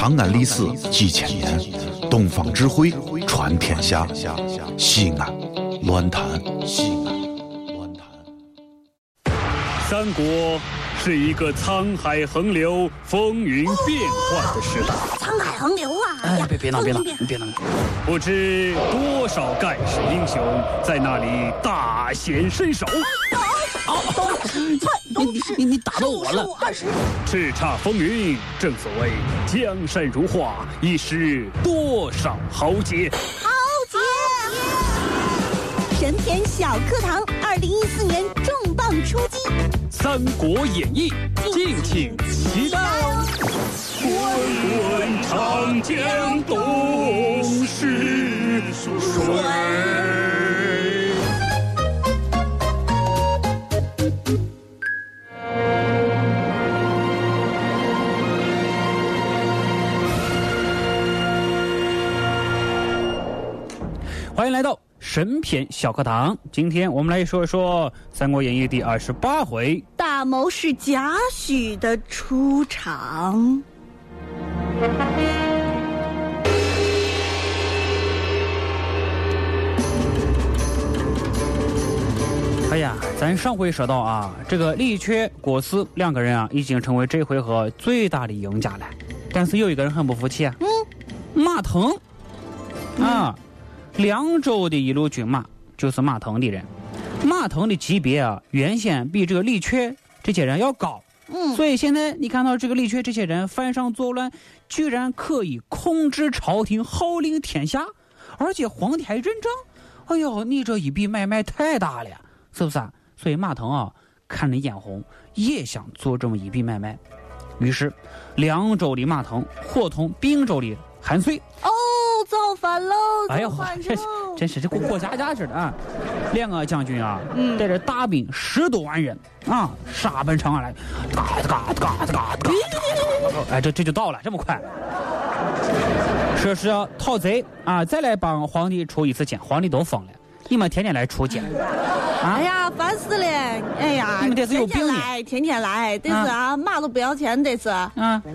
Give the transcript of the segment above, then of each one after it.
长安历史几千年，东方智慧传天下。西安乱谈。 三国是一个沧海横流、风云变幻的时代。 沧海横流啊！ 哎，别闹！ 不知多少盖世英雄在那里大显身手。 你打到我了 ！20 叱咤风云，正所谓江山如画，一时多少豪杰。 豪杰！神篇小课堂2014年重磅出击，《 三国演义》，敬请期待哦！滚滚长江东逝水。欢迎来到神篇小课堂。今天我们来说一说《三国演义》第28回， 大谋士贾诩的出场。 哎呀，咱上回说到啊，这个李傕、郭汜两个人啊，已经成为这回合最大的赢家了。但是有一个人很不服气啊，马腾啊。凉州的一路军马就是马腾的人，马腾的级别啊，原先比这个李傕这些人要高，所以现在你看到这个李傕这些人犯上作乱，居然可以控制朝廷，号令天下，而且皇帝还认账。哎呦，你这一笔买卖太大了，是不是啊？所以马腾啊，看着眼红，也想做这么一笔买卖。于是，凉州的马腾伙同并州的韩遂。 造反喽！ 哎呦，真是这过家家似的啊！两个将军啊，带着大兵10多万人啊，杀奔长安来，哎，这就到了，这么快。说是要讨贼啊，再来帮皇帝出一次钱，皇帝都疯了，你们天天来出钱。 哎呀，烦死了！哎呀， 你们这是有病呢！ 天天来，这是啊，马都不要钱，这是啊。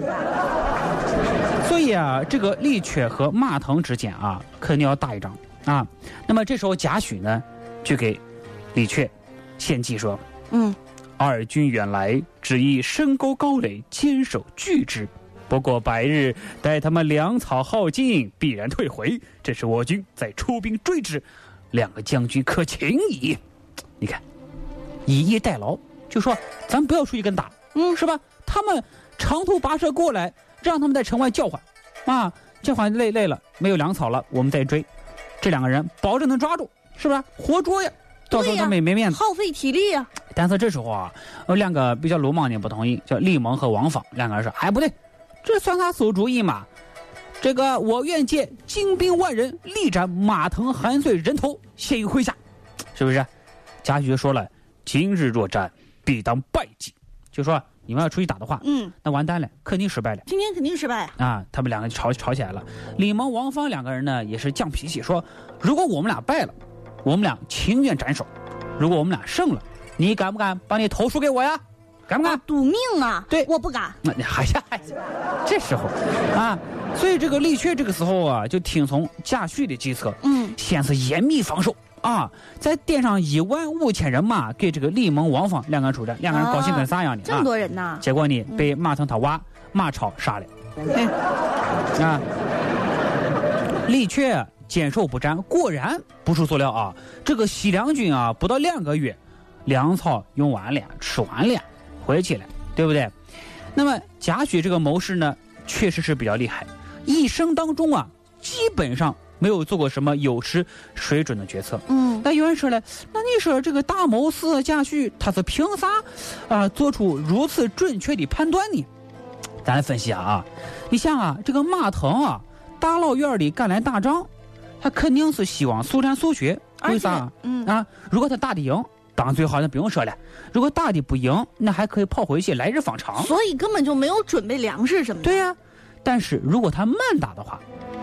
所以啊，这个李傕和马腾之间啊，肯定要打一仗啊。那么这时候贾诩呢，就给李傕献计说：“二军远来，只以深沟高垒，坚守拒之。不过100日，待他们粮草耗尽，必然退回。这时我军再出兵追之，两个将军可擒矣。”你看，以逸待劳，就说咱不要出去跟打，是吧？他们长途跋涉过来。让他们在城外叫唤，啊，叫唤累了，没有粮草了，我们再追。这两个人保证能抓住，是吧？活捉呀，到时候他没面子， 耗费体力呀。 但是这时候啊，两个比较鲁莽的不同意，叫李蒙和王昉两个人说：“哎，不对，这算他馊主意嘛？这个我愿借精兵万人，力斩马腾、韩遂人头，献于麾下，是不是？”贾诩说了：“今日若战，必当败绩。”就说。你们要出去打的话，那完蛋了，肯定失败了。 今天肯定失败啊！他们两个吵起来了。李蒙、王昉两个人呢，也是犟脾气，说：如果我们俩败了，我们俩情愿斩首；如果我们俩胜了，你敢不敢把你头赎给我呀？敢不敢？ 赌命啊！ 对， 我不敢。 那哎呀，这时候啊，所以这个李傕这个时候啊，就听从贾诩的计策，先是严密防守。啊，再垫上15000人马给这个李蒙、王昉两个人出战，两个人高兴跟啥样的？ 这么多人呢？ 结果呢，被马腾他娃马超杀了。啊，李傕坚守不战，果然不出所料啊，这个西凉军啊，不到2个月，粮草用完了，吃完了，回去了，对不对？那么贾诩这个谋士呢，确实是比较厉害，一生当中啊，基本上。没有做过什么有失水准的决策。那有人说了，那你说这个大谋士贾诩他是凭啥做出如此准确的判断呢？咱来分析啊，你想啊，这个马腾啊，大老远的赶来打仗，他肯定是希望速战速决。为啥？如果他打的赢，当然最好，那不用说了。如果打的不赢，那还可以跑回去来日方长。 所以根本就没有准备粮食什么的。 对呀，但是如果他慢打的话。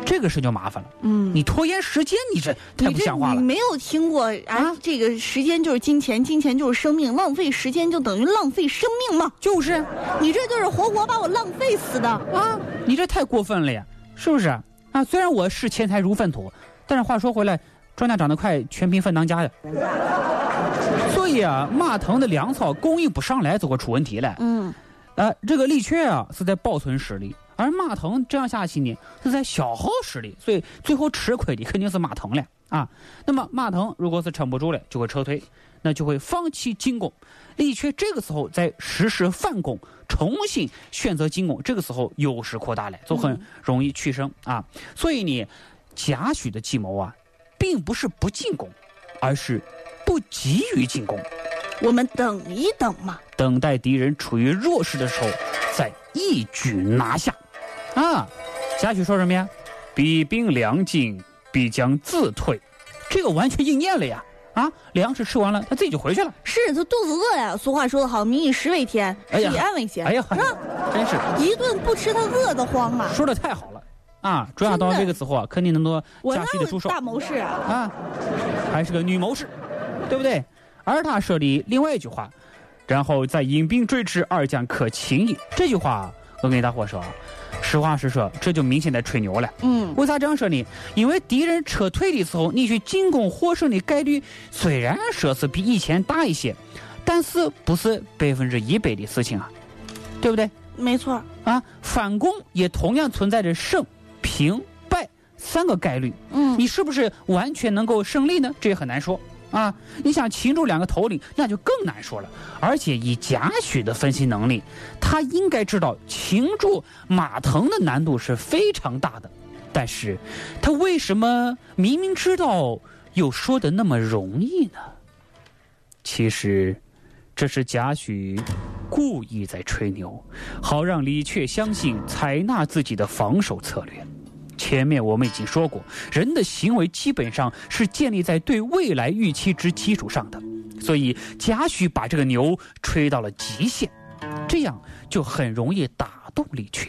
这个事就麻烦了。你拖延时间，你这太不像话了。 你没有听过这个时间就是金钱，金钱就是生命，浪费时间就等于浪费生命吗？ 就是， 你这就是活活把我浪费死的啊！ 你这太过分了呀，是不是啊？虽然我视钱财如粪土，但是话说回来，庄稼长得快，全凭粪当家呀。所以啊，马腾的粮草供应不上来，就会出问题了。这个李榷啊是在保存实力，而马腾这样下去呢是在消耗实力，所以最后吃亏的肯定是马腾了啊。那么马腾如果是撑不住了，就会撤退，那就会放弃进攻。李榷这个时候再实施反攻，重新选择进攻，这个时候优势扩大了，就很容易取胜啊。所以呢，贾诩的计谋啊，并不是不进攻，而是不急于进攻。 我们等一等嘛， 等待敌人处于弱势的时候，再一举拿下。啊，贾诩说什么呀？彼兵粮尽，必将自退。这个完全应验了呀！啊，粮食吃完了，他自己就回去了。 是他肚子饿呀。俗话说得好，民以食为天，食以安为先。 哎呀，真是一顿不吃他饿得慌啊！ 说的太好了啊！转亚刀这个时候啊，肯定能做贾诩的助手。 大谋士啊， 还是个女谋士，对不对？而他说的另外一句话，然后再引兵追至，二将可擒矣。这句话我跟大伙说，实话实说，这就明显在吹牛了。为啥这样说呢？因为敌人撤退的时候，你去进攻获胜的概率虽然说是比以前大一些，但是不是100%的事情啊，对不对？ 没错啊，反攻也同样存在着胜、平、败3个概率。你是不是完全能够胜利呢？这也很难说。啊，你想擒住2个头领，那就更难说了。而且以贾诩的分析能力，他应该知道擒住马腾的难度是非常大的，但是他为什么明明知道又说的那么容易呢？其实这是贾诩故意在吹牛，好让李榷相信采纳自己的防守策略。前面我们已经说过，人的行为基本上是建立在对未来预期之基础上的，所以贾诩把这个牛吹到了极限，这样就很容易打动李榷。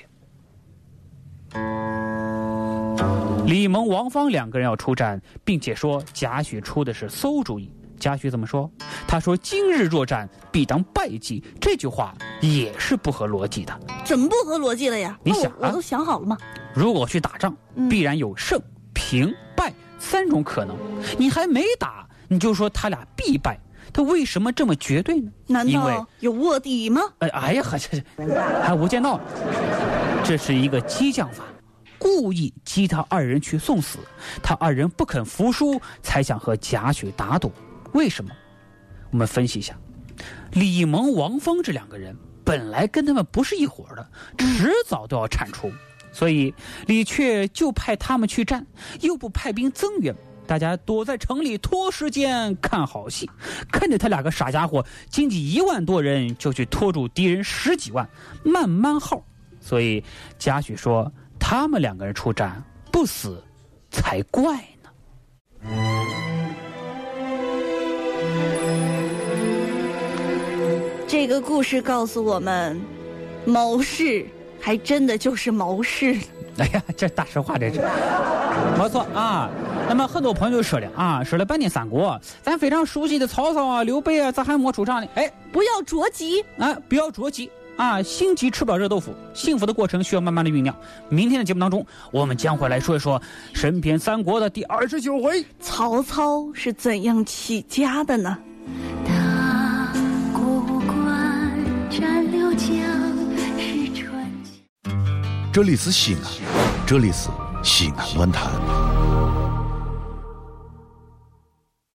李蒙、王方2个人要出战，并且说贾诩出的是馊主意。贾诩怎么说？他说今日若战，必当败绩。这句话也是不合逻辑的。 怎么不合逻辑了呀？ 你想我都想好了吗？ 如果去打仗，必然有胜、平、败3种可能，你还没打你就说他俩必败，他为什么这么绝对呢？ 难道有卧底吗？ 哎呀，还无间道，这是一个激将法，故意激他2人去送死，他2人不肯服输，才想和贾诩打赌。为什么？我们分析一下，李蒙、王方这2个人本来跟他们不是一伙的，迟早都要铲除，所以李榷就派他们去战，又不派兵增援，大家躲在城里拖时间看好戏，看着他2个傻家伙经济1万多人就去拖住敌人10几万，慢慢耗。所以贾诩说他们2个人出战不死才怪呢。 这个故事告诉我们，谋士还真的就是谋士。 哎呀，这大实话，这是没错啊。那么很多朋友就说了啊，说了半天三国，咱非常熟悉的曹操啊、刘备啊，咋还没出场呢？哎， 不要着急啊，不要着急啊！心急吃不了热豆腐，幸福的过程需要慢慢的酝酿。明天的节目当中，我们将会来说一说神篇三国的第29回， 曹操是怎样起家的呢？ 大国关斩六将是传奇。 这里是西安，这里是西安论坛。